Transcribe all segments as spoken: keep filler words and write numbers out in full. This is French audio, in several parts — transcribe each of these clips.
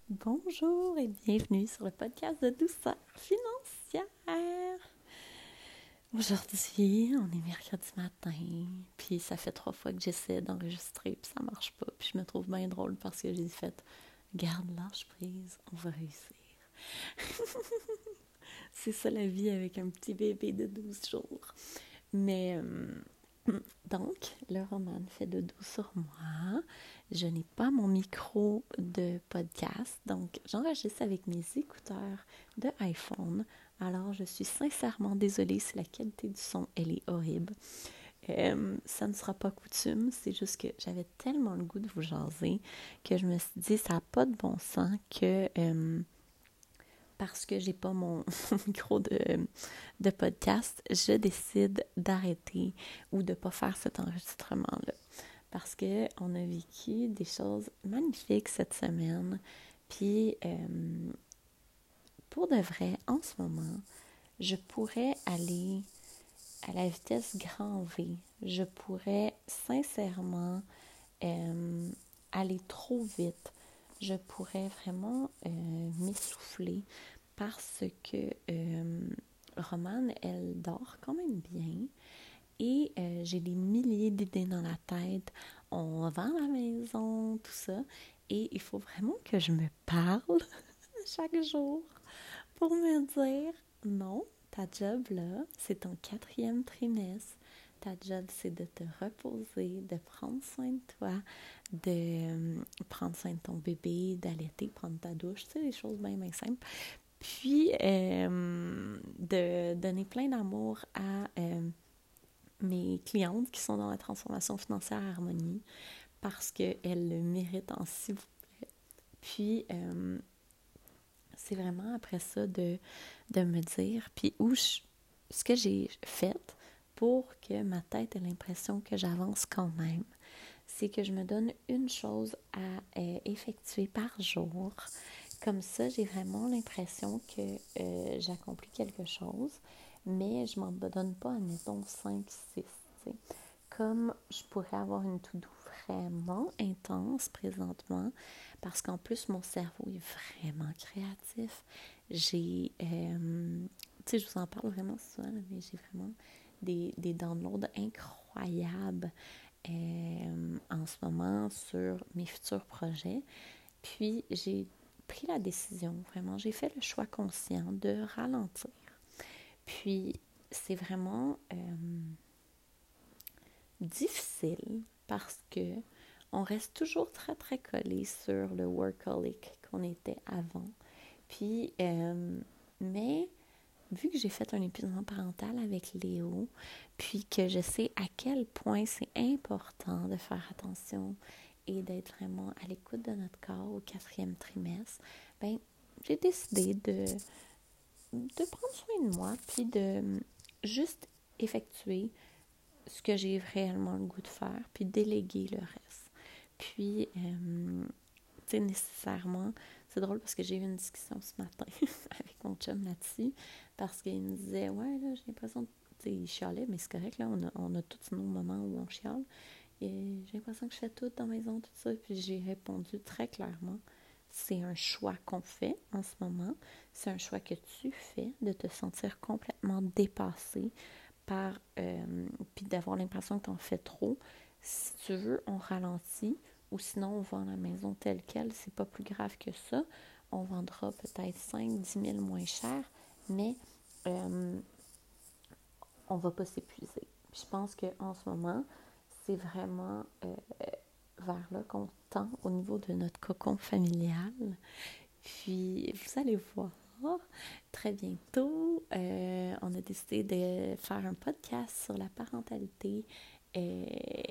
Bonjour et bienvenue sur le podcast de douceur financière. Aujourd'hui, on est mercredi matin, puis ça fait trois fois que j'essaie d'enregistrer, puis ça marche pas. Puis je me trouve bien drôle parce que j'ai fait « Garde, lâche prise, on va réussir. » C'est ça la vie avec un petit bébé de douze jours. Mais... Euh, Donc, le roman fait dodo sur moi. Je n'ai pas mon micro de podcast, donc j'enregistre avec mes écouteurs de iPhone. Alors, je suis sincèrement désolée si la qualité du son, elle est horrible. Euh, ça ne sera pas coutume, c'est juste que j'avais tellement le goût de vous jaser que je me suis dit, ça n'a pas de bon sens que... Euh, parce que j'ai pas mon, mon micro de, de podcast, je décide d'arrêter ou de pas faire cet enregistrement-là. Parce qu'on a vécu des choses magnifiques cette semaine. Puis, euh, pour de vrai, en ce moment, je pourrais aller à la vitesse grand V. Je pourrais sincèrement euh, aller trop vite. Je pourrais vraiment euh, m'essouffler parce que euh, Romane, elle dort quand même bien et euh, j'ai des milliers d'idées dans la tête. On vend la maison, tout ça, et il faut vraiment que je me parle chaque jour pour me dire non, ta job là, c'est ton quatrième trimestre. Ta job, c'est de te reposer, de prendre soin de toi, de euh, prendre soin de ton bébé, d'allaiter, prendre ta douche, tu sais, des choses bien, bien simples. Puis, euh, de donner plein d'amour à euh, mes clientes qui sont dans la transformation financière Harmonie parce qu'elles le méritent en s'il vous plaît. Puis, euh, c'est vraiment après ça de, de me dire, puis où je, ce que j'ai fait pour que ma tête ait l'impression que j'avance quand même, c'est que je me donne une chose à euh, effectuer par jour. Comme ça, j'ai vraiment l'impression que euh, j'accomplis quelque chose, mais je ne m'en donne pas, admettons, cinq six. T'sais. Comme je pourrais avoir une to-do vraiment intense présentement, parce qu'en plus, mon cerveau est vraiment créatif. J'ai, euh, tu sais, je vous en parle vraiment souvent, mais j'ai vraiment des, des downloads incroyables euh, en ce moment sur mes futurs projets. Puis, j'ai pris la décision, vraiment, j'ai fait le choix conscient de ralentir. Puis, c'est vraiment euh, difficile parce que on reste toujours très, très collé sur le workaholic qu'on était avant. Puis, euh, mais vu que j'ai fait un épuisement parental avec Léo, puis que je sais à quel point c'est important de faire attention et d'être vraiment à l'écoute de notre corps au quatrième trimestre, ben j'ai décidé de, de prendre soin de moi, puis de juste effectuer ce que j'ai réellement le goût de faire, puis déléguer le reste. Puis, euh, tu sais, nécessairement, c'est drôle parce que j'ai eu une discussion ce matin avec mon chum là-dessus, parce qu'il me disait, ouais, là, j'ai l'impression, tu sais, il chialait, mais c'est correct, là, on a, on a tous nos moments où on chiale, et j'ai l'impression que je fais tout dans la maison, tout ça, puis j'ai répondu très clairement, c'est un choix qu'on fait en ce moment, c'est un choix que tu fais de te sentir complètement dépassé par, euh, puis d'avoir l'impression que tu en fais trop. Si tu veux, on ralentit, ou sinon on vend la maison telle qu'elle, c'est pas plus grave que ça. On vendra peut-être cinq à dix mille moins cher, mais euh, on va pas s'épuiser. Puis je pense qu'en ce moment, c'est vraiment euh, vers là qu'on tend au niveau de notre cocon familial. Puis vous allez voir, très bientôt, euh, on a décidé de faire un podcast sur la parentalité. Euh,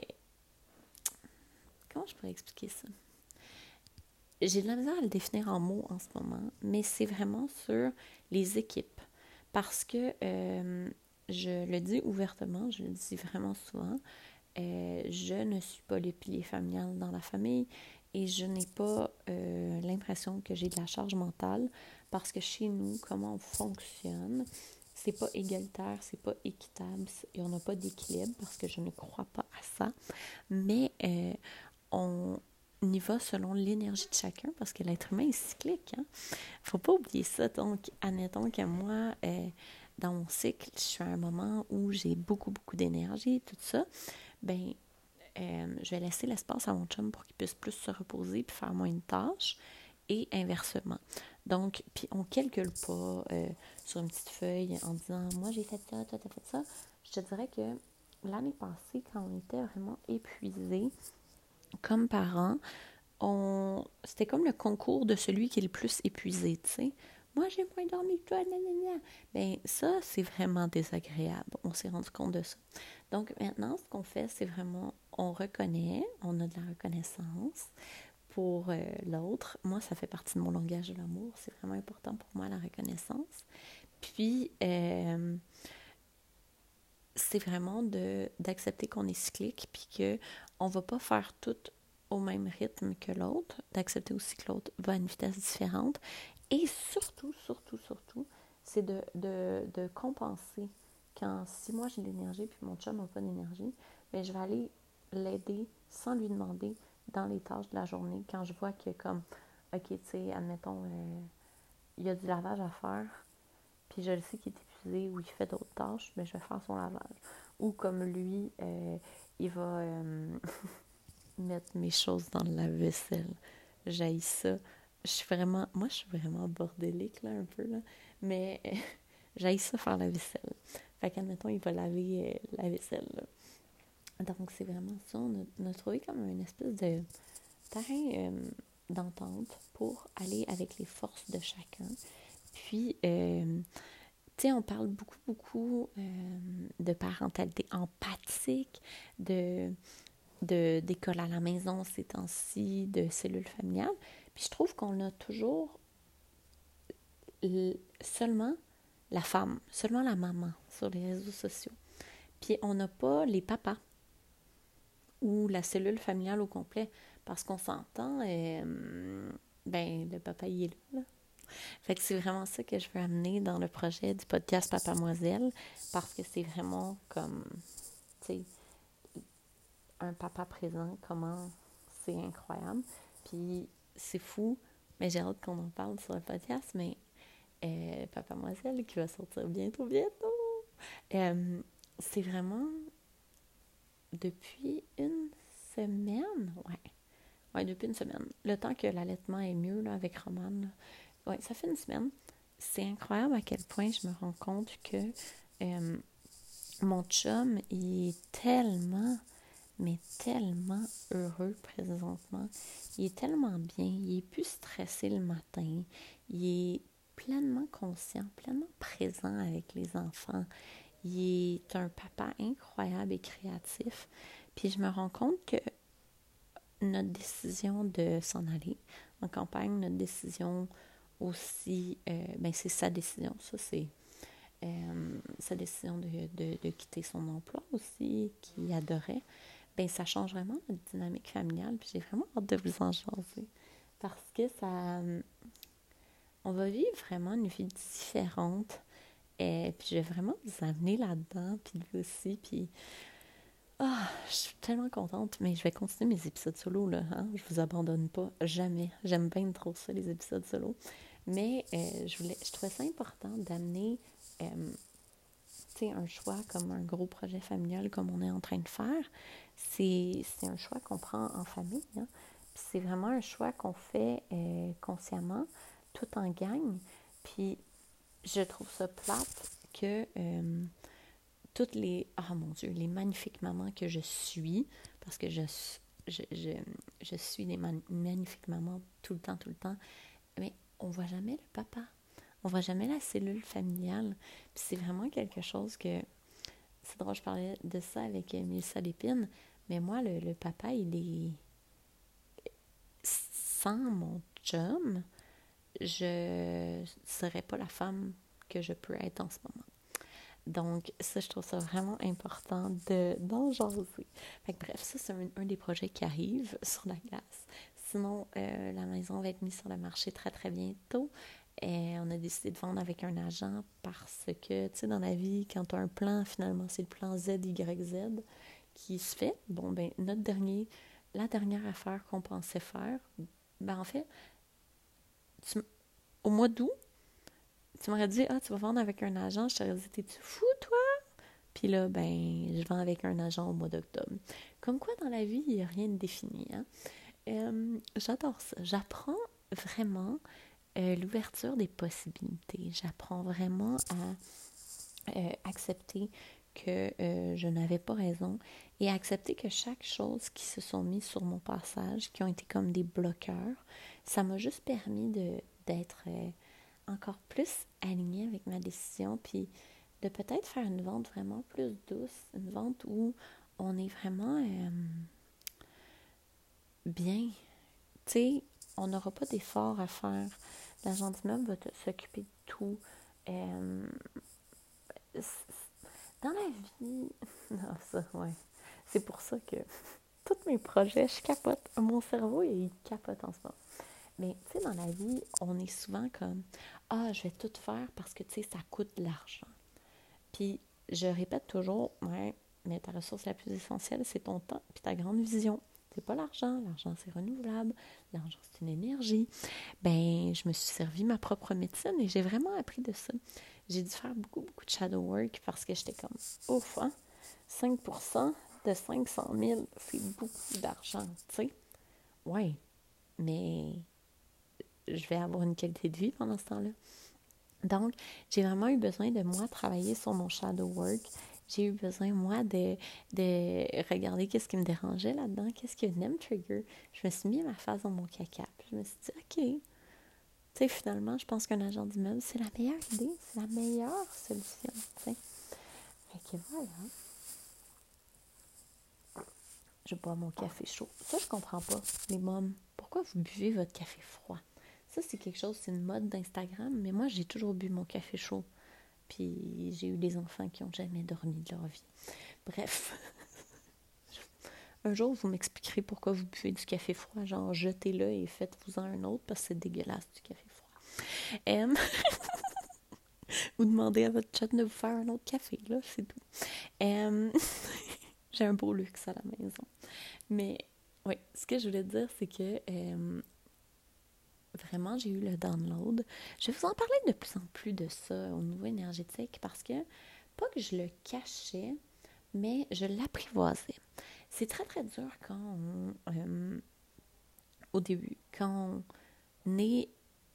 comment je pourrais expliquer ça? J'ai de la misère à le définir en mots en ce moment, mais c'est vraiment sur les équipes. Parce que euh, je le dis ouvertement, je le dis vraiment souvent, euh, je ne suis pas le pilier familial dans la famille et je n'ai pas euh, l'impression que j'ai de la charge mentale parce que chez nous, comment on fonctionne, c'est pas égalitaire, c'est pas équitable et on n'a pas d'équilibre parce que je ne crois pas à ça. Mais euh, on y va selon l'énergie de chacun, parce que l'être humain est cyclique. Hein? Faut pas oublier ça. Donc, admettons que moi, euh, dans mon cycle, je suis à un moment où j'ai beaucoup, beaucoup d'énergie, tout ça. Ben, euh, je vais laisser l'espace à mon chum pour qu'il puisse plus se reposer puis faire moins de tâches, et inversement. Donc, puis on calcule pas euh, sur une petite feuille en disant « Moi, j'ai fait ça, toi, t'as fait ça ». Je te dirais que l'année passée, quand on était vraiment épuisés comme parents, on... c'était comme le concours de celui qui est le plus épuisé, tu sais. Moi, j'ai moins dormi que toi, nanana. Bien, ça, c'est vraiment désagréable. On s'est rendu compte de ça. Donc, maintenant, ce qu'on fait, c'est vraiment, on reconnaît, on a de la reconnaissance pour euh, l'autre. Moi, ça fait partie de mon langage de l'amour. C'est vraiment important pour moi, la reconnaissance. Puis, euh, c'est vraiment de, d'accepter qu'on est cyclique, puis qu'on ne va pas faire tout au même rythme que l'autre, d'accepter aussi que l'autre va à une vitesse différente. Et surtout, surtout, surtout, c'est de, de, de compenser. Quand, si moi j'ai de l'énergie puis mon chum n'a pas d'énergie, bien, je vais aller l'aider sans lui demander dans les tâches de la journée. Quand je vois que comme, ok, tu sais, admettons, euh, il y a du lavage à faire, puis je le sais qu'il est épuisé ou il fait d'autres tâches, mais je vais faire son lavage. Ou comme lui, euh, il va euh, mettre mes choses dans le lave-vaisselle. J'haïs ça. Je suis vraiment, moi je suis vraiment bordélique là un peu là, mais euh, j'haïs ça faire la vaisselle. Fait qu'admettons, il va laver euh, la vaisselle là. Donc c'est vraiment ça, on a, on a trouvé comme une espèce de terrain euh, d'entente pour aller avec les forces de chacun. Puis, euh, tu sais, on parle beaucoup, beaucoup euh, de parentalité empathique, de, de, d'école à la maison ces temps-ci, de cellules familiales. Puis je trouve qu'on a toujours l- seulement la femme, seulement la maman sur les réseaux sociaux. Puis on n'a pas les papas ou la cellule familiale au complet. Parce qu'on s'entend, euh, ben le papa il est là, là. Fait que c'est vraiment ça que je veux amener dans le projet du podcast Papamoiselle, parce que c'est vraiment comme, tu sais, un papa présent, comment c'est incroyable. Puis c'est fou, mais j'ai hâte qu'on en parle sur le podcast, mais euh, Papamoiselle qui va sortir bientôt, bientôt. Euh, c'est vraiment depuis une semaine, ouais. Ouais, depuis une semaine. Le temps que l'allaitement est mieux là, avec Romane, là. Ouais, ça fait une semaine. C'est incroyable à quel point je me rends compte que euh, mon chum, il est tellement, mais tellement heureux présentement. Il est tellement bien. Il est plus stressé le matin. Il est pleinement conscient, pleinement présent avec les enfants. Il est un papa incroyable et créatif. Puis je me rends compte que notre décision de s'en aller en campagne, notre décision aussi, euh, ben c'est sa décision, ça c'est euh, sa décision de, de, de quitter son emploi aussi, qu'il adorait, ben ça change vraiment notre dynamique familiale, puis j'ai vraiment hâte de vous en jaser, parce que ça, on va vivre vraiment une vie différente, et puis je vais vraiment vous amener là-dedans, puis vous aussi, puis ah, je suis tellement contente, mais je vais continuer mes épisodes solo, là, hein? Je vous abandonne pas, jamais. J'aime bien trop ça, les épisodes solo. Mais euh, je, voulais, je trouvais ça important d'amener euh, un choix comme un gros projet familial comme on est en train de faire. C'est, c'est un choix qu'on prend en famille. Hein? Puis c'est vraiment un choix qu'on fait euh, consciemment, tout en gang. Puis je trouve ça plate que euh, toutes les, ah oh mon Dieu, les magnifiques mamans que je suis, parce que je, je, je, je suis des man- magnifiques mamans tout le temps, tout le temps, mais on voit jamais le papa. On voit jamais la cellule familiale. Puis c'est vraiment quelque chose que... C'est drôle, je parlais de ça avec Mélissa Lépine, mais moi, le, le papa, il est... Sans mon chum, je ne serais pas la femme que je peux être en ce moment. Donc, ça, je trouve ça vraiment important de, d'en jaser. Fait que, bref, ça, c'est un, un des projets qui arrive sur la glace. Sinon, euh, la maison va être mise sur le marché très, très bientôt. Et on a décidé de vendre avec un agent parce que, tu sais, dans la vie, quand tu as un plan, finalement, c'est le plan Z Y Z qui se fait. Bon, ben notre dernier la dernière affaire qu'on pensait faire, ben en fait, tu, au mois d'août, tu m'aurais dit, ah, tu vas vendre avec un agent. Je t'aurais dit, t'es-tu fou, toi? Puis là, ben, je vends avec un agent au mois d'octobre. Comme quoi, dans la vie, il n'y a rien de défini. Hein? Euh, j'adore ça. J'apprends vraiment euh, l'ouverture des possibilités. J'apprends vraiment à euh, accepter que euh, je n'avais pas raison et à accepter que chaque chose qui se sont mis sur mon passage, qui ont été comme des bloqueurs, ça m'a juste permis de, d'être euh, encore plus alignée avec ma décision, puis de peut-être faire une vente vraiment plus douce, une vente où on est vraiment euh, bien. Tu sais, on n'aura pas d'effort à faire. L'agent d'immeuble va s'occuper de tout. Euh, dans la vie... Non, ça, ouais. C'est pour ça que tous mes projets, je capote. Mon cerveau, il capote en ce moment. Mais, tu sais, dans la vie, on est souvent comme « Ah, je vais tout faire parce que, tu sais, ça coûte de l'argent. » Puis, je répète toujours « Ouais, mais ta ressource la plus essentielle, c'est ton temps puis ta grande vision. C'est pas l'argent. L'argent, c'est renouvelable. L'argent, c'est une énergie. » Ben, je me suis servi ma propre médecine et j'ai vraiment appris de ça. J'ai dû faire beaucoup, beaucoup de shadow work parce que j'étais comme « Ouf, hein? cinq pour cent de cinq cent mille, c'est beaucoup d'argent, tu sais. » Ouais, mais je vais avoir une qualité de vie pendant ce temps-là. Donc, j'ai vraiment eu besoin de, moi, travailler sur mon shadow work. J'ai eu besoin, moi, de, de regarder qu'est-ce qui me dérangeait là-dedans, qu'est-ce qui venait me trigger. Je me suis mis à ma face dans mon caca. Puis je me suis dit, OK, tu sais, finalement, je pense qu'un agent d'immeuble, c'est la meilleure idée, c'est la meilleure solution, tu sais. Fait que voilà. Je bois mon café chaud. Ça, je comprends pas, les mômes. Pourquoi vous buvez votre café froid? Ça, c'est quelque chose, c'est une mode d'Instagram, mais moi, j'ai toujours bu mon café chaud. Puis j'ai eu des enfants qui n'ont jamais dormi de leur vie. Bref. Un jour, vous m'expliquerez pourquoi vous buvez du café froid. Genre, jetez-le et faites-vous-en un autre parce que c'est dégueulasse du café froid. Um... Ou demandez à votre chat de vous faire un autre café, là, c'est tout. Um... J'ai un beau luxe à la maison. Mais, oui, ce que je voulais dire, c'est que euh, vraiment, j'ai eu le download. Je vais vous en parler de plus en plus de ça au niveau énergétique parce que, pas que je le cachais, mais je l'apprivoisais. C'est très, très dur quand on, euh, au début, quand on est,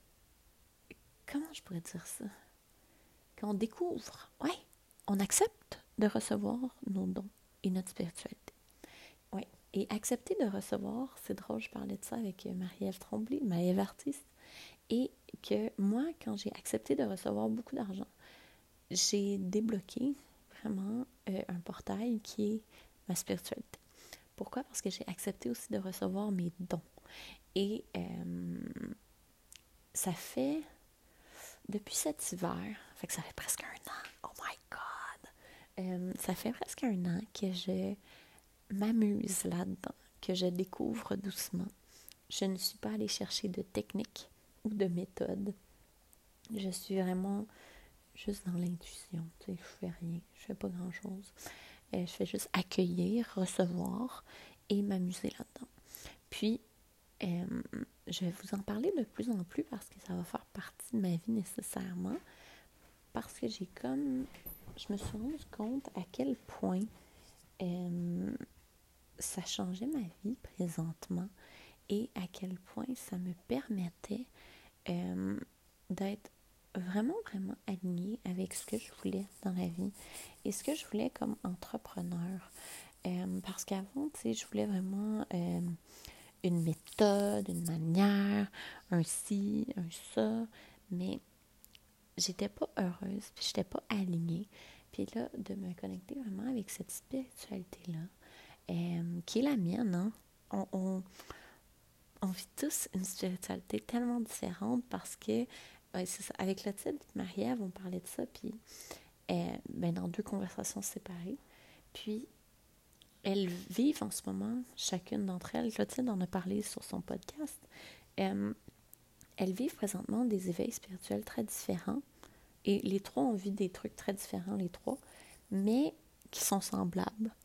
comment je pourrais dire ça? Quand on découvre, ouais, on accepte de recevoir nos dons et notre spiritualité. Oui, et accepter de recevoir, c'est drôle, je parlais de ça avec Marie-Ève Tromblay, Marie-Ève artiste, et que moi, quand j'ai accepté de recevoir beaucoup d'argent, j'ai débloqué vraiment euh, un portail qui est ma spiritualité. Pourquoi? Parce que j'ai accepté aussi de recevoir mes dons. Et euh, ça fait, depuis cet hiver, fait que ça fait presque un an, oh my God! Euh, ça fait presque un an que je m'amuse là-dedans, que je découvre doucement. Je ne suis pas allée chercher de techniques ou de méthodes. Je suis vraiment juste dans l'intuition. Tu sais, je fais rien, je fais pas grand-chose. Euh, je fais juste accueillir, recevoir et m'amuser là-dedans. Puis, euh, je vais vous en parler de plus en plus parce que ça va faire partie de ma vie nécessairement. Parce que j'ai comme... Je me suis rendu compte à quel point euh, ça changeait ma vie présentement et à quel point ça me permettait euh, d'être vraiment, vraiment alignée avec ce que je voulais dans la vie et ce que je voulais comme entrepreneur. Euh, parce qu'avant, tu sais, je voulais vraiment euh, une méthode, une manière, un ci, un ça, mais j'étais pas heureuse, puis j'étais pas alignée. Puis là, de me connecter vraiment avec cette spiritualité-là, euh, qui est la mienne, hein? On, on, on vit tous une spiritualité tellement différente parce que, ouais, c'est ça, avec Clotilde et Marie-Ève, on parlait de ça, puis euh, ben, dans deux conversations séparées. Puis, elles vivent en ce moment, chacune d'entre elles, Clotilde en a parlé sur son podcast, euh, elles vivent présentement des éveils spirituels très différents. Et les trois ont vu des trucs très différents, les trois, mais qui sont semblables.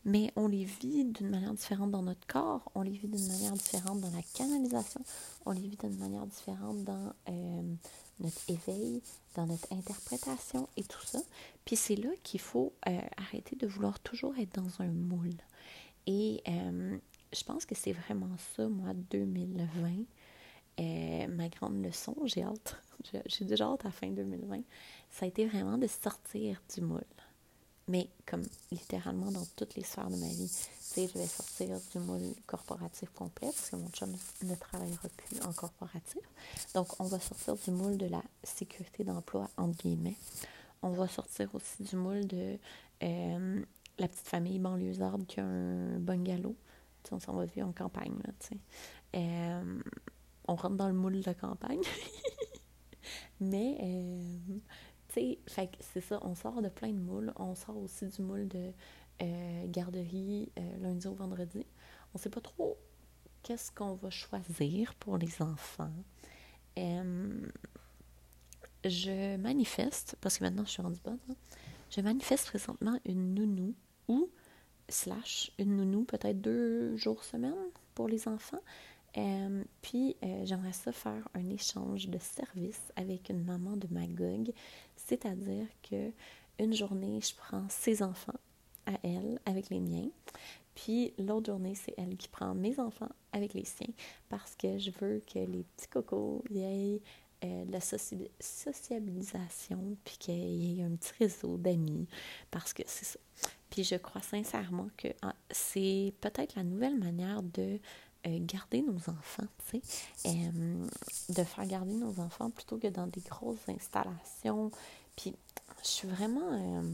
mais on les vit d'une manière différente dans notre corps, on les vit d'une manière différente dans la canalisation, on les vit d'une manière différente dans euh, notre éveil, dans notre interprétation et tout ça. Puis c'est là qu'il faut euh, arrêter de vouloir toujours être dans un moule. Et euh, je pense que c'est vraiment ça, moi, deux mille vingt. Euh, ma grande leçon, j'ai hâte, j'ai déjà hâte à fin deux mille vingt, ça a été vraiment de sortir du moule. Mais comme littéralement dans toutes les sphères de ma vie. Tu sais, je vais sortir du moule corporatif complet parce que mon chum ne travaillera plus en corporatif. Donc, on va sortir du moule de la sécurité d'emploi, entre guillemets. On va sortir aussi du moule de euh, la petite famille banlieusarde qui a un bungalow. Tu sais, on s'en va vivre en campagne, là, tu sais. Euh, on rentre dans le moule de campagne. Mais... Euh, tu sais, fait que c'est ça, on sort de plein de moules. On sort aussi du moule de euh, garderie euh, lundi au vendredi. On sait pas trop qu'est-ce qu'on va choisir pour les enfants. Euh, je manifeste, parce que maintenant je suis rendue bonne, hein, je manifeste présentement une nounou ou slash une nounou peut-être deux jours semaine pour les enfants. Euh, puis, euh, j'aimerais ça faire un échange de services avec une maman de Magog, c'est-à-dire que une journée, je prends ses enfants à elle avec les miens, puis l'autre journée, c'est elle qui prend mes enfants avec les siens, parce que je veux que les petits cocos y aient euh, de la soci- sociabilisation, puis qu'il y ait un petit réseau d'amis, parce que c'est ça. Puis je crois sincèrement que ah, c'est peut-être la nouvelle manière de Euh, garder nos enfants, tu sais, euh, de faire garder nos enfants plutôt que dans des grosses installations. Puis, je suis vraiment... Euh,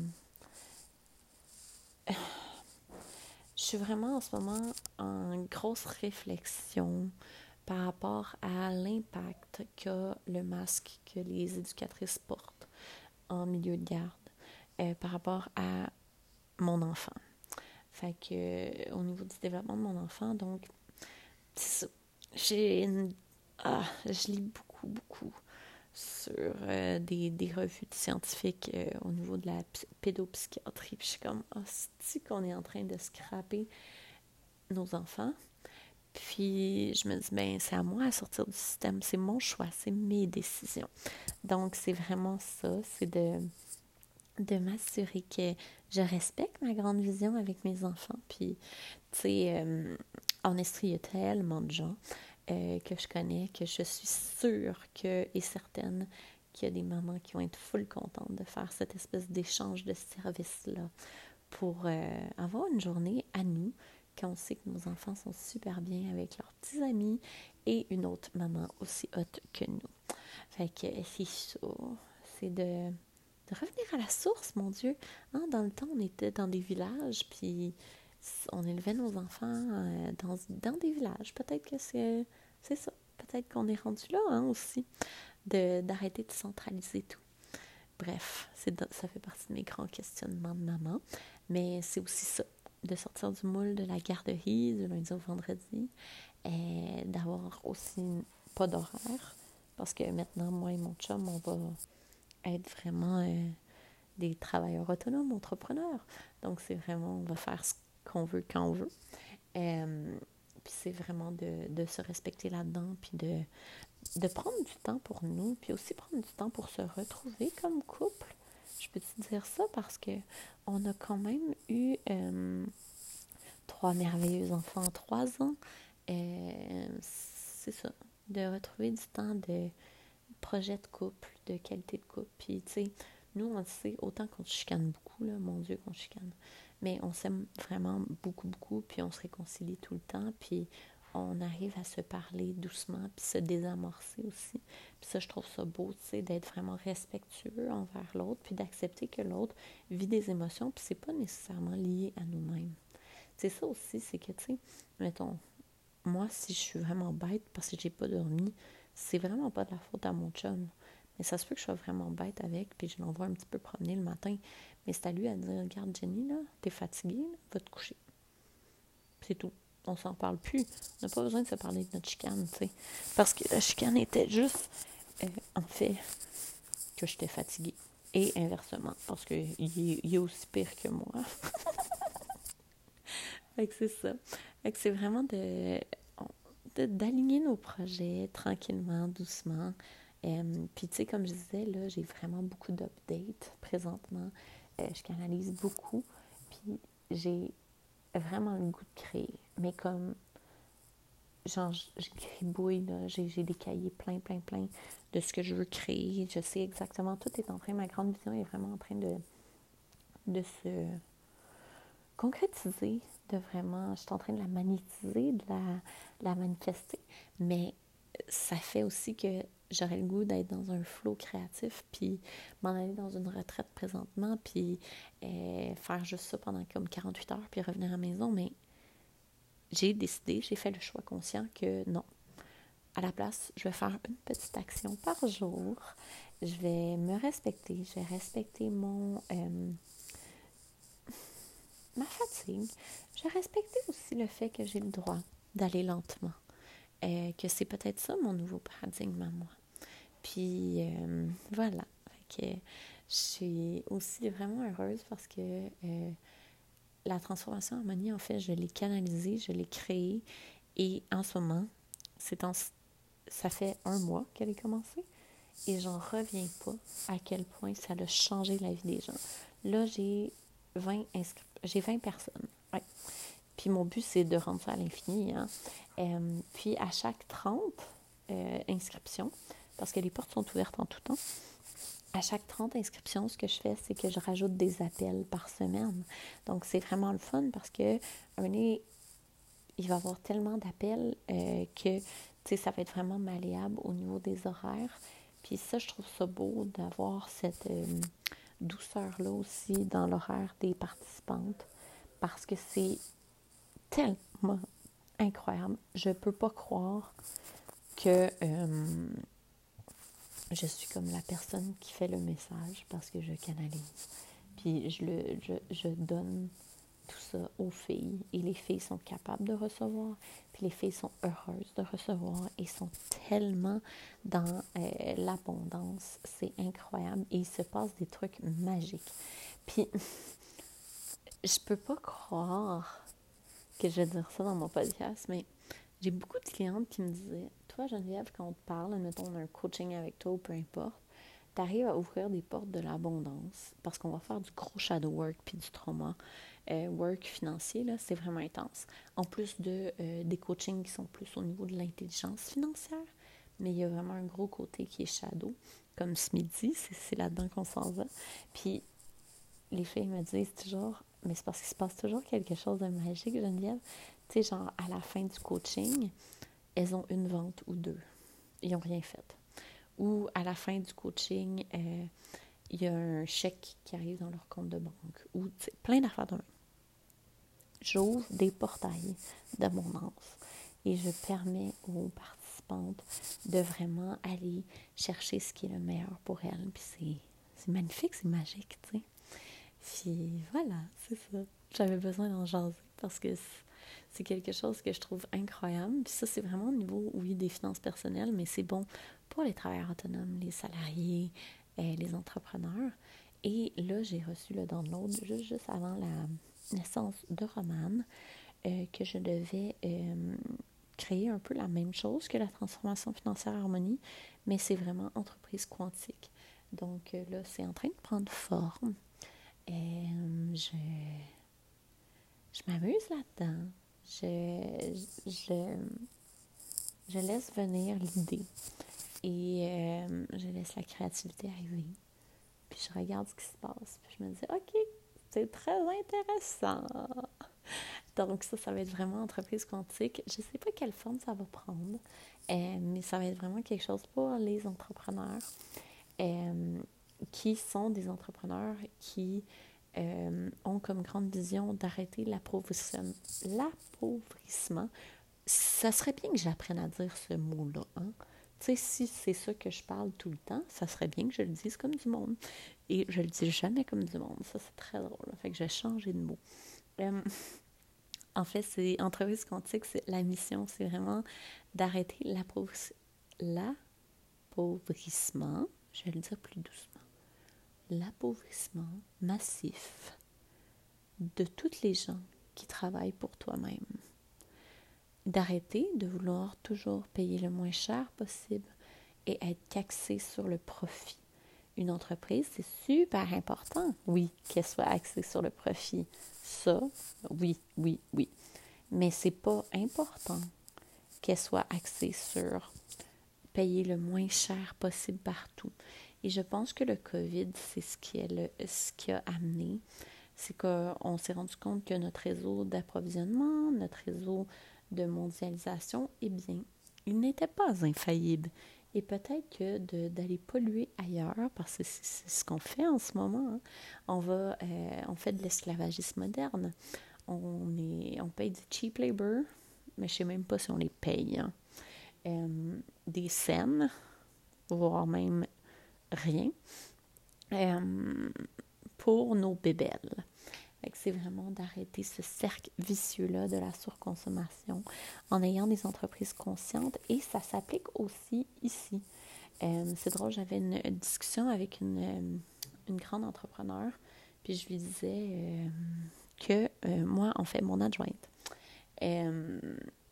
je suis vraiment en ce moment en grosse réflexion par rapport à l'impact qu'a le masque que les éducatrices portent en milieu de garde euh, par rapport à mon enfant. Fait que, euh, au niveau du développement de mon enfant, donc, c'est ça. J'ai une... Ah, je lis beaucoup, beaucoup sur euh, des, des revues de scientifiques euh, au niveau de la p- pédopsychiatrie. Puis je suis comme, ah, c'est qu'on est en train de scraper nos enfants. Puis je me dis, ben c'est à moi à sortir du système. C'est mon choix, c'est mes décisions. Donc c'est vraiment ça, c'est de, de m'assurer que je respecte ma grande vision avec mes enfants. Puis, tu sais, euh, en Estrie, il y a tellement de gens Euh, que je connais, que je suis sûre que, et certaine qu'il y a des mamans qui vont être full contentes de faire cette espèce d'échange de services-là pour euh, avoir une journée à nous, quand on sait que nos enfants sont super bien avec leurs petits amis et une autre maman aussi haute que nous. Fait que c'est ça, c'est de, de revenir à la source, mon Dieu. Hein, dans le temps, on était dans des villages, puis on élevait nos enfants euh, dans, dans des villages. Peut-être que c'est, c'est ça. Peut-être qu'on est rendu là hein, aussi, de, d'arrêter de centraliser tout. Bref, c'est, ça fait partie de mes grands questionnements de maman. Mais c'est aussi ça, de sortir du moule de la garderie du lundi au vendredi, et d'avoir aussi pas d'horaire. Parce que maintenant, moi et mon chum, on va être vraiment euh, des travailleurs autonomes, entrepreneurs. Donc, c'est vraiment, on va faire ce qu'on veut quand on veut. Euh, puis c'est vraiment de, de se respecter là-dedans, puis de, de prendre du temps pour nous, puis aussi prendre du temps pour se retrouver comme couple. Je peux te dire ça parce que on a quand même eu euh, trois merveilleux enfants en trois ans. Euh, c'est ça, de retrouver du temps de projet de couple, de qualité de couple. Puis, tu sais, nous, on le sait, autant qu'on se chicane beaucoup, là, mon Dieu, qu'on chicane. Mais on s'aime vraiment beaucoup, beaucoup, puis on se réconcilie tout le temps, puis on arrive à se parler doucement, puis se désamorcer aussi. Puis ça, je trouve ça beau, tu sais, d'être vraiment respectueux envers l'autre, puis d'accepter que l'autre vit des émotions, puis c'est pas nécessairement lié à nous-mêmes. C'est ça aussi, c'est que, tu sais, mettons, moi, si je suis vraiment bête parce que j'ai pas dormi, c'est vraiment pas de la faute à mon chum. Mais ça se peut que je sois vraiment bête avec, puis je l'envoie un petit peu promener le matin. Mais c'est à lui à dire, regarde Jenny, là, t'es fatiguée, là, va te coucher. C'est tout. On s'en parle plus. On n'a pas besoin de se parler de notre chicane, tu sais. Parce que la chicane était juste, euh, en fait, que j'étais fatiguée. Et inversement, parce qu'il est, il est aussi pire que moi. Fait que c'est ça. Fait que c'est vraiment de, de- d'aligner nos projets tranquillement, doucement. Euh, puis tu sais, comme je disais, là, j'ai vraiment beaucoup d'updates présentement. Euh, je canalise beaucoup. Puis j'ai vraiment le goût de créer. Mais comme, genre, je, je gribouille, là. J'ai, j'ai des cahiers plein, plein, plein de ce que je veux créer. Je sais exactement, tout est en train, ma grande vision est vraiment en train de, de se concrétiser, de vraiment, je suis en train de la magnétiser, de la, de la manifester, mais ça fait aussi que j'aurais le goût d'être dans un flow créatif, puis m'en aller dans une retraite présentement, puis euh, faire juste ça pendant comme quarante-huit heures, puis revenir à la maison, mais j'ai décidé, j'ai fait le choix conscient que non. À la place, je vais faire une petite action par jour, je vais me respecter, je vais respecter mon... Euh, ma fatigue. Je respectais aussi le fait que j'ai le droit d'aller lentement. Euh, que c'est peut-être ça mon nouveau paradigme à moi. Puis euh, voilà. Fait que je suis aussi vraiment heureuse parce que euh, la transformation harmonie, en fait, je l'ai canalisée, je l'ai créée. Et en ce moment, c'est en, ça fait un mois qu'elle est commencée. Et j'en reviens pas à quel point ça a changé la vie des gens. Là, j'ai vingt inscrits. J'ai vingt personnes. Ouais. Puis mon but, c'est de rendre ça à l'infini. Hein. Euh, puis à chaque trente euh, inscriptions, parce que les portes sont ouvertes en tout temps, à chaque trente inscriptions, ce que je fais, c'est que je rajoute des appels par semaine. Donc, c'est vraiment le fun parce que un moment, il va y avoir tellement d'appels euh, que ça va être vraiment malléable au niveau des horaires. Puis ça, je trouve ça beau d'avoir cette euh, douceur-là aussi dans l'horaire des participantes parce que c'est tellement incroyable. Je peux pas croire que euh, je suis comme la personne qui fait le message parce que je canalise. Puis je, le, je, je donne tout ça aux filles et les filles sont capables de recevoir, puis les filles sont heureuses de recevoir et sont tellement dans euh, l'abondance, c'est incroyable et il se passe des trucs magiques. Puis je peux pas croire que je vais dire ça dans mon podcast, mais j'ai beaucoup de clientes qui me disaient, toi Geneviève, quand on te parle, mettons on a un coaching avec toi ou peu importe, tu arrives à ouvrir des portes de l'abondance parce qu'on va faire du gros shadow work puis du trauma euh, work financier, là, c'est vraiment intense. En plus de euh, des coachings qui sont plus au niveau de l'intelligence financière, mais il y a vraiment un gros côté qui est shadow, comme ce midi, c'est, c'est là-dedans qu'on s'en va. Puis les filles me disent toujours, mais c'est parce qu'il se passe toujours quelque chose de magique, Geneviève. Tu sais, genre à la fin du coaching, elles ont une vente ou deux. Ils n'ont rien fait. Ou à la fin du coaching, euh, il y a un chèque qui arrive dans leur compte de banque. Ou plein d'affaires de même. J'ouvre des portails d'abondance et je permets aux participantes de vraiment aller chercher ce qui est le meilleur pour elles. Puis c'est, c'est magnifique, c'est magique, tu sais. Puis voilà, c'est ça. J'avais besoin d'en jaser parce que c'est quelque chose que je trouve incroyable. Puis ça, c'est vraiment au niveau, oui, des finances personnelles, mais c'est bon pour les travailleurs autonomes, les salariés, euh, les entrepreneurs. Et là, j'ai reçu le download juste, juste avant la naissance de Romane, euh, que je devais euh, créer un peu la même chose que la transformation financière harmonie, mais c'est vraiment entreprise quantique. Donc euh, là, c'est en train de prendre forme. Euh, je, je m'amuse là-dedans. Je, je, je laisse venir l'idée et euh, je laisse la créativité arriver. Puis je regarde ce qui se passe. Puis je me dis, OK, c'est très intéressant. Donc ça, ça va être vraiment entreprise quantique. Je ne sais pas quelle forme ça va prendre, euh, mais ça va être vraiment quelque chose pour les entrepreneurs euh, qui sont des entrepreneurs qui euh, ont comme grande vision d'arrêter l'appauvrissement. L'appauvrissement. Ça serait bien que j'apprenne à dire ce mot-là. Hein? Tu sais, si c'est ça que je parle tout le temps, ça serait bien que je le dise comme du monde. Et je le dis jamais comme du monde. Ça, c'est très drôle. Fait que je vais changer de mot. Euh, en fait, c'est entreprise quantique, c'est la mission, c'est vraiment d'arrêter l'appauvrissement. L'appauvrissement, je vais le dire plus doucement. L'appauvrissement massif de toutes les gens qui travaille pour toi-même. D'arrêter de vouloir toujours payer le moins cher possible et être axé sur le profit. Une entreprise, c'est super important, oui, qu'elle soit axée sur le profit. Ça, oui, oui, oui. Mais c'est pas important qu'elle soit axée sur payer le moins cher possible partout. Et je pense que le COVID, c'est ce qui, est le, ce qui a amené. C'est qu'on s'est rendu compte que notre réseau d'approvisionnement, notre réseau de mondialisation, eh bien, il n'était pas infaillible. Et peut-être que de, d'aller polluer ailleurs, parce que c'est, c'est ce qu'on fait en ce moment, hein. On va, euh, on fait de l'esclavagisme moderne. On, est, on paye du cheap labor, mais je ne sais même pas si on les paye. Hein. Euh, des scènes, voire même rien, euh, pour nos bébelles. C'est vraiment d'arrêter ce cercle vicieux-là de la surconsommation en ayant des entreprises conscientes, et ça s'applique aussi ici. Euh, c'est drôle, j'avais une, une discussion avec une, une grande entrepreneur, puis je lui disais euh, que euh, moi, en fait, mon adjointe, euh,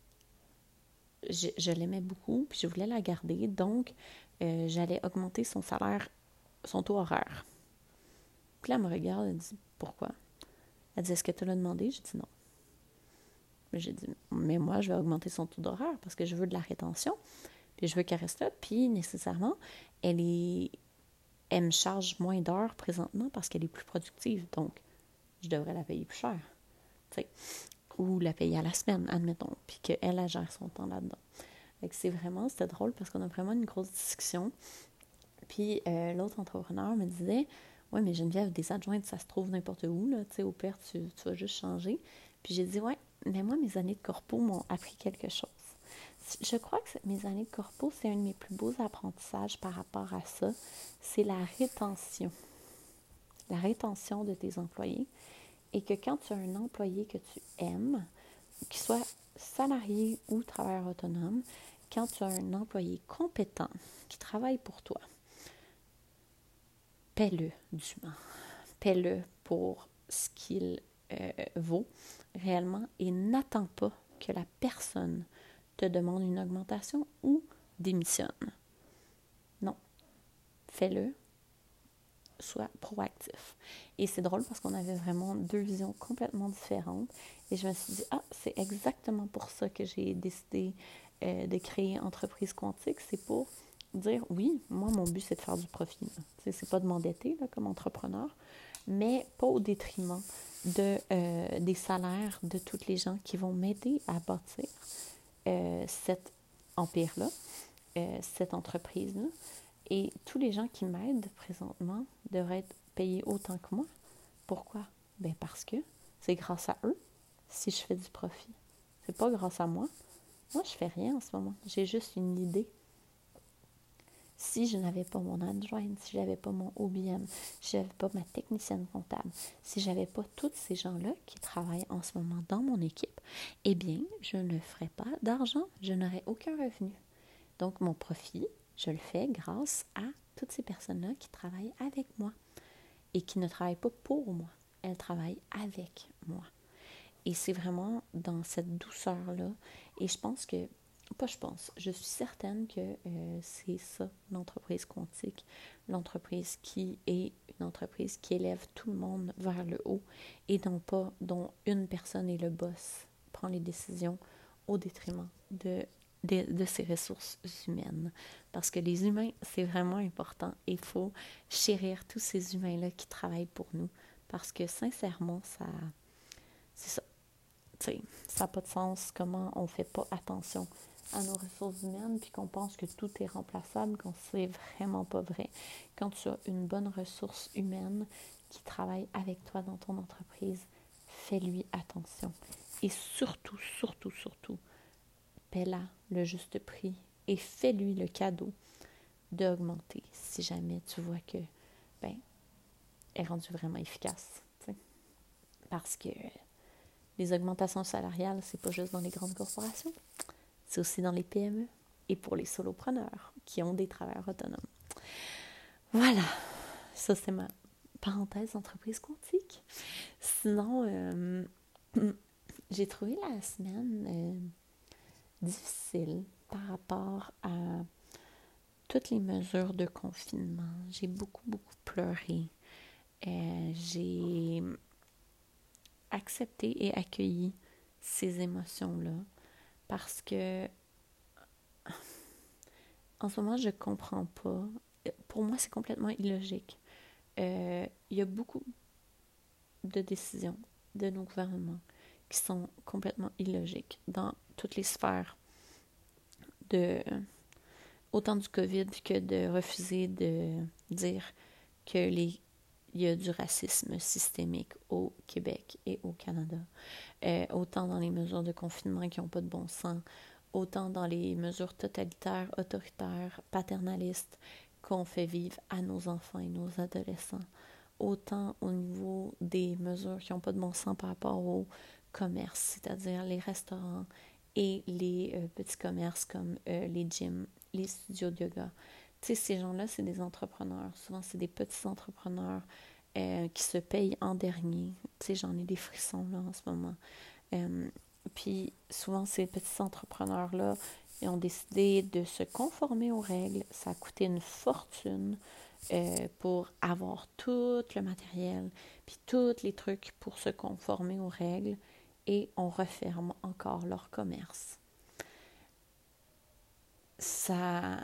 je, je l'aimais beaucoup, puis je voulais la garder, donc euh, j'allais augmenter son salaire, son taux horaire. Puis là, elle me regarde, elle dit « Pourquoi? » Elle dit « Est-ce que tu l'as demandé? » J'ai dit « Non. » J'ai dit « Mais moi, je vais augmenter son taux d'horaire parce que je veux de la rétention, puis je veux qu'elle reste là, puis nécessairement, elle est... elle me charge moins d'heures présentement parce qu'elle est plus productive, donc je devrais la payer plus cher. Tu sais, ou la payer à la semaine, admettons, puis qu'elle, elle gère son temps là-dedans. Fait que c'est vraiment, c'était drôle parce qu'on a vraiment une grosse discussion. Puis euh, l'autre entrepreneur me disait « Ouais, mais Geneviève, des adjointes, ça se trouve n'importe où, là, tu sais, au pire, tu, tu vas juste changer. » Puis j'ai dit « Ouais, mais moi, mes années de corpo m'ont appris quelque chose. Je crois que mes années de corpo, c'est un de mes plus beaux apprentissages par rapport à ça. C'est la rétention. La rétention de tes employés. Et que quand tu as un employé que tu aimes, qu'il soit salarié ou travailleur autonome, quand tu as un employé compétent qui travaille pour toi, paie-le dûment. Paie-le pour ce qu'il euh, vaut réellement et n'attends pas que la personne te demande une augmentation ou démissionne. Non. Fais-le. Sois proactif. Et c'est drôle parce qu'on avait vraiment deux visions complètement différentes. Et je me suis dit, ah, c'est exactement pour ça que j'ai décidé euh, de créer Entreprise Quantique. C'est pour dire, oui, moi, mon but, c'est de faire du profit. C'est, c'est pas de m'endetter là, comme entrepreneur, mais pas au détriment de, euh, des salaires de toutes les gens qui vont m'aider à bâtir euh, cet empire-là, euh, cette entreprise-là. Et tous les gens qui m'aident présentement devraient être payés autant que moi. Pourquoi? Ben parce que c'est grâce à eux si je fais du profit. C'est pas grâce à moi. Moi, je fais rien en ce moment. J'ai juste une idée. Si je n'avais pas mon adjointe, si je n'avais pas mon O B M, si je n'avais pas ma technicienne comptable, si je n'avais pas tous ces gens-là qui travaillent en ce moment dans mon équipe, eh bien, je ne ferais pas d'argent. Je n'aurais aucun revenu. Donc, mon profit, je le fais grâce à toutes ces personnes-là qui travaillent avec moi et qui ne travaillent pas pour moi. Elles travaillent avec moi. Et c'est vraiment dans cette douceur-là. Et je pense que, pas je pense, je suis certaine que euh, c'est ça, l'entreprise quantique. L'entreprise qui est une entreprise qui élève tout le monde vers le haut et non pas dont une personne est le boss, prend les décisions au détriment de De, de ces ressources humaines. Parce que les humains, c'est vraiment important. Il faut chérir tous ces humains-là qui travaillent pour nous. Parce que sincèrement, ça, c'est ça. T'sais, ça n'a pas de sens comment on ne fait pas attention à nos ressources humaines puis qu'on pense que tout est remplaçable, quand c'est vraiment pas vrai. Quand tu as une bonne ressource humaine qui travaille avec toi dans ton entreprise, fais-lui attention. Et surtout, surtout, surtout, paie-la le juste prix et fais-lui le cadeau d'augmenter si jamais tu vois que, ben, elle est rendue vraiment efficace. T'sais. Parce que les augmentations salariales, c'est pas juste dans les grandes corporations, c'est aussi dans les P M E et pour les solopreneurs qui ont des travailleurs autonomes. Voilà, ça c'est ma parenthèse entreprise quantique. Sinon, euh, j'ai trouvé la semaine euh, difficile par rapport à toutes les mesures de confinement. J'ai beaucoup, beaucoup pleuré. Euh, j'ai accepté et accueilli ces émotions-là parce que en ce moment, je comprends pas. Pour moi, c'est complètement illogique. Euh, il y a beaucoup de décisions de nos gouvernements qui sont complètement illogiques dans toutes les sphères, de autant du COVID que de refuser de dire que les il y a du racisme systémique au Québec et au Canada. Euh, autant dans les mesures de confinement qui n'ont pas de bon sens, autant dans les mesures totalitaires, autoritaires, paternalistes qu'on fait vivre à nos enfants et nos adolescents. Autant au niveau des mesures qui n'ont pas de bon sens par rapport au commerce, c'est-à-dire les restaurants et les euh, petits commerces comme euh, les gyms, les studios de yoga. Tu sais, ces gens-là, c'est des entrepreneurs. Souvent, c'est des petits entrepreneurs euh, qui se payent en dernier. Tu sais, j'en ai des frissons là en ce moment. Euh, puis, souvent, ces petits entrepreneurs-là, ils ont décidé de se conformer aux règles. Ça a coûté une fortune euh, pour avoir tout le matériel, puis tous les trucs pour se conformer aux règles. Et on referme encore leur commerce. Ça...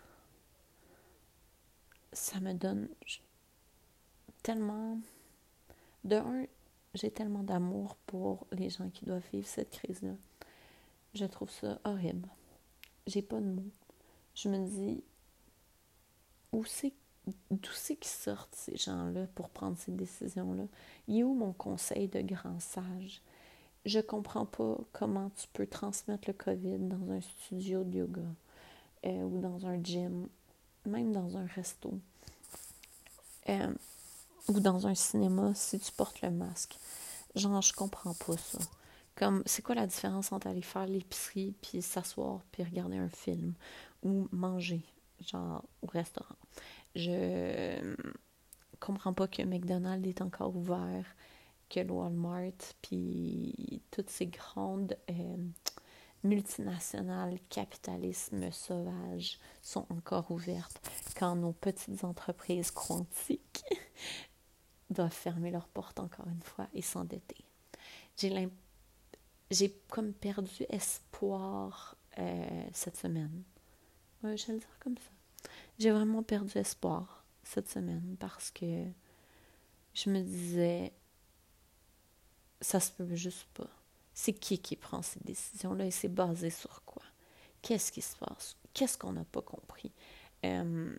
ça me donne tellement... De un, j'ai tellement d'amour pour les gens qui doivent vivre cette crise-là. Je trouve ça horrible. J'ai pas de mots. Je me dis, où c'est, d'où c'est qu'ils sortent ces gens-là pour prendre ces décisions-là? Il est où mon conseil de grand sage? Je comprends pas comment tu peux transmettre le COVID dans un studio de yoga euh, ou dans un gym, même dans un resto. Euh, ou dans un cinéma si tu portes le masque. Genre, je comprends pas ça. Comme, c'est quoi la différence entre aller faire l'épicerie, puis s'asseoir, puis regarder un film, ou manger, genre, au restaurant. Je comprends pas que McDonald's est encore ouvert, que le Walmart, puis toutes ces grandes euh, multinationales, capitalisme sauvage, sont encore ouvertes, quand nos petites entreprises quantiques doivent fermer leurs portes encore une fois et s'endetter. J'ai, l'imp... J'ai comme perdu espoir euh, cette semaine. Ouais, je vais le dire comme ça. J'ai vraiment perdu espoir cette semaine parce que je me disais, ça se peut juste pas. C'est qui qui prend ces décisions-là et c'est basé sur quoi? Qu'est-ce qui se passe? Qu'est-ce qu'on n'a pas compris? Euh,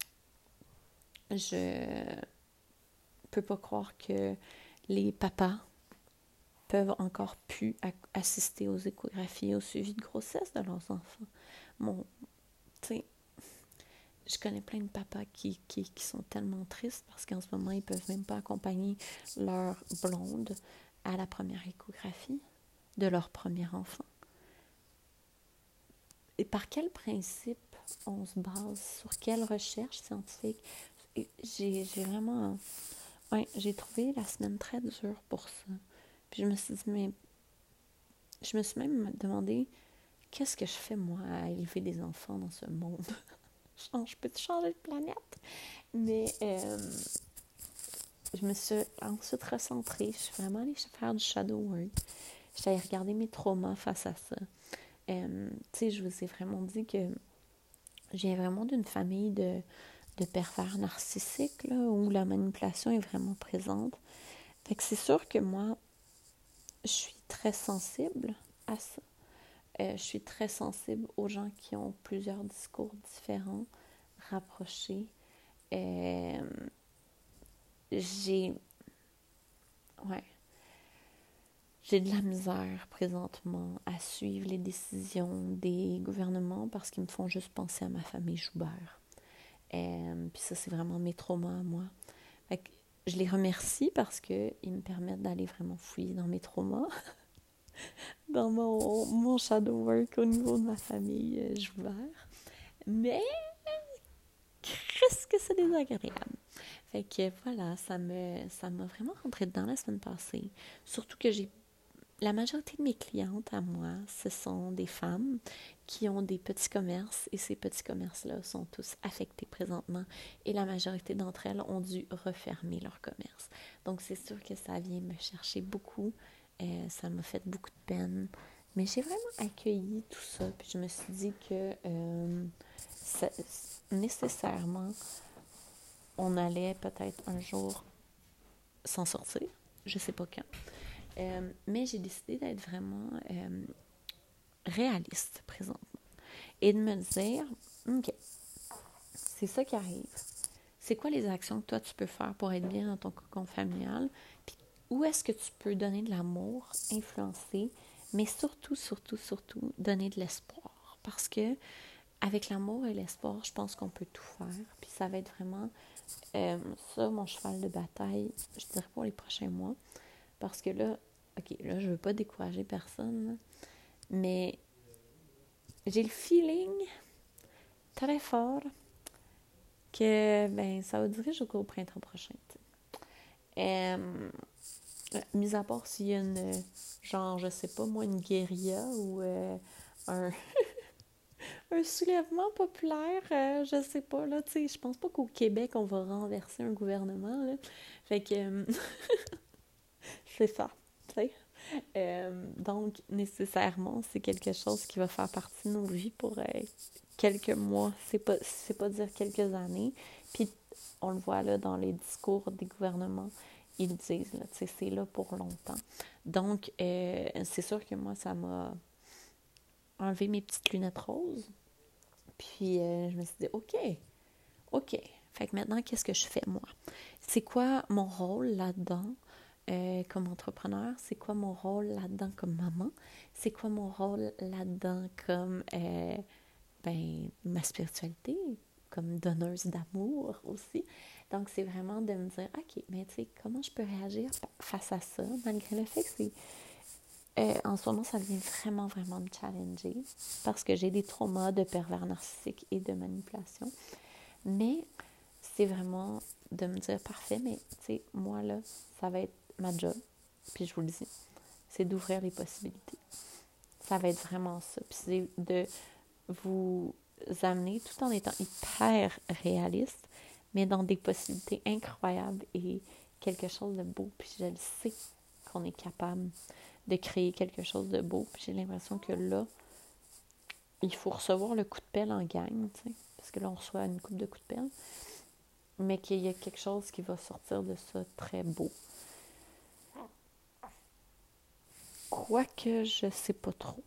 je peux pas croire que les papas peuvent encore plus assister aux échographies et au suivi de grossesse de leurs enfants. Bon, tu sais, je connais plein de papas qui, qui, qui sont tellement tristes parce qu'en ce moment, ils peuvent même pas accompagner leur blonde à la première échographie de leur premier enfant. Et par quel principe on se base? Sur quelle recherche scientifique? J'ai, j'ai vraiment... Ouais, j'ai trouvé la semaine très dure pour ça. Puis je me suis dit, mais... Je me suis même demandé, qu'est-ce que je fais, moi, à élever des enfants dans ce monde? Je peux changer de planète? Mais euh, je me suis ensuite recentrée. Je suis vraiment allée faire du shadow work. J'étais allée regarder mes traumas face à ça. Euh, tu sais, je vous ai vraiment dit que j'ai vraiment d'une famille de, de pervers narcissiques, là, où la manipulation est vraiment présente. Fait que c'est sûr que moi, je suis très sensible à ça. Euh, je suis très sensible aux gens qui ont plusieurs discours différents, rapprochés. Euh, j'ai... Ouais. J'ai de la misère présentement à suivre les décisions des gouvernements parce qu'ils me font juste penser à ma famille Joubert. Euh, puis ça, c'est vraiment mes traumas à moi. Fait que je les remercie parce qu'ils me permettent d'aller vraiment fouiller dans mes traumas, dans mon, mon shadow work au niveau de ma famille euh, Joubert. Mais qu'est-ce que c'est désagréable. Fait que voilà, ça me ça m'a vraiment rentré dedans la semaine passée. Surtout que j'ai la majorité de mes clientes à moi, ce sont des femmes qui ont des petits commerces et ces petits commerces-là sont tous affectés présentement et la majorité d'entre elles ont dû refermer leur commerce. Donc, c'est sûr que ça vient me chercher beaucoup. Euh, ça m'a fait beaucoup de peine. Mais j'ai vraiment accueilli tout ça. Puis je me suis dit que euh, ça, nécessairement, on allait peut-être un jour s'en sortir. Je sais pas quand. Euh, mais j'ai décidé d'être vraiment euh, réaliste présentement. Et de me dire, OK, c'est ça qui arrive. C'est quoi les actions que toi, tu peux faire pour être bien dans ton cocon familial? Puis où est-ce que tu peux donner de l'amour, influencer, mais surtout, surtout, surtout, donner de l'espoir. Parce que avec l'amour et l'espoir, je pense qu'on peut tout faire. Puis ça va être vraiment euh, ça, mon cheval de bataille, je dirais pour les prochains mois. Parce que là, OK, là, je veux pas décourager personne, là, mais j'ai le feeling très fort que ben ça va durer jusqu'au printemps prochain. Euh, mis à part s'il y a une, genre, je sais pas moi, une guérilla ou euh, un, un soulèvement populaire, euh, je sais pas, là, tu sais, je pense pas qu'au Québec, on va renverser un gouvernement, là. Fait que, euh, c'est ça, tu sais. Euh, donc, nécessairement, c'est quelque chose qui va faire partie de nos vies pour euh, quelques mois, c'est pas, c'est pas dire quelques années. Puis, on le voit là dans les discours des gouvernements, ils disent, là, tu sais, c'est là pour longtemps. Donc, euh, c'est sûr que moi, ça m'a enlevé mes petites lunettes roses. Puis, euh, je me suis dit, OK, OK. Fait que maintenant, qu'est-ce que je fais, moi? C'est quoi mon rôle là-dedans? Euh, comme entrepreneur, c'est quoi mon rôle là-dedans comme maman? C'est quoi mon rôle là-dedans comme euh, ben, ma spiritualité, comme donneuse d'amour aussi? Donc, c'est vraiment de me dire, OK, mais tu sais, comment je peux réagir face à ça, malgré le fait que c'est... Euh, en ce moment, ça vient vraiment, vraiment me challenger parce que j'ai des traumas de pervers narcissique et de manipulation. Mais c'est vraiment de me dire, parfait, mais tu sais, moi, là, ça va être ma job, puis je vous le dis, c'est d'ouvrir les possibilités. Ça va être vraiment ça. Puis c'est de vous amener, tout en étant hyper réaliste, mais dans des possibilités incroyables et quelque chose de beau. Puis je le sais qu'on est capable de créer quelque chose de beau. Puis j'ai l'impression que là, il faut recevoir le coup de pelle en gang, tu sais, parce que là, on reçoit une coupe de coups de pelle, mais qu'il y a quelque chose qui va sortir de ça très beau. Quoique, je sais pas trop.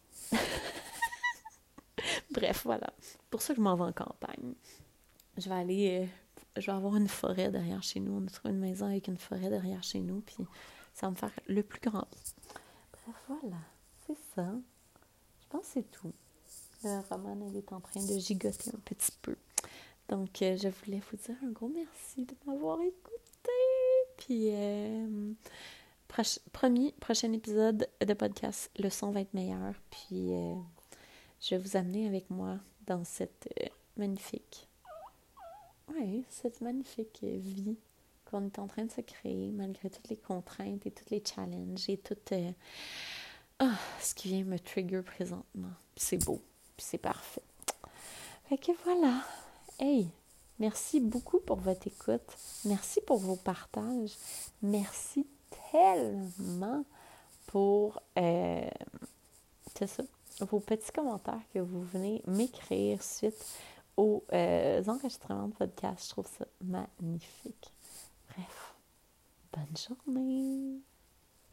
Bref, voilà. Pour ça que je m'en vais en campagne. Je vais aller... Euh, je vais avoir une forêt derrière chez nous. On a trouvé une maison avec une forêt derrière chez nous, puis ça va me faire le plus grand. Bref, voilà. C'est ça. Je pense que c'est tout. Le roman, elle est en train de gigoter un petit peu. Donc, euh, je voulais vous dire un gros merci de m'avoir écouté. Puis, euh, proche, promis, prochain épisode de podcast, le son va être meilleur. Puis, euh, je vais vous amener avec moi dans cette euh, magnifique, ouais, cette magnifique vie qu'on est en train de se créer malgré toutes les contraintes et tous les challenges et tout euh, oh, ce qui vient me trigger présentement. Puis c'est beau, puis c'est parfait. Fait que voilà. Hey, merci beaucoup pour votre écoute. Merci pour vos partages. Merci tellement pour euh, c'est ça, vos petits commentaires que vous venez m'écrire suite aux euh, enregistrements de podcast. Je trouve ça magnifique. Bref, bonne journée!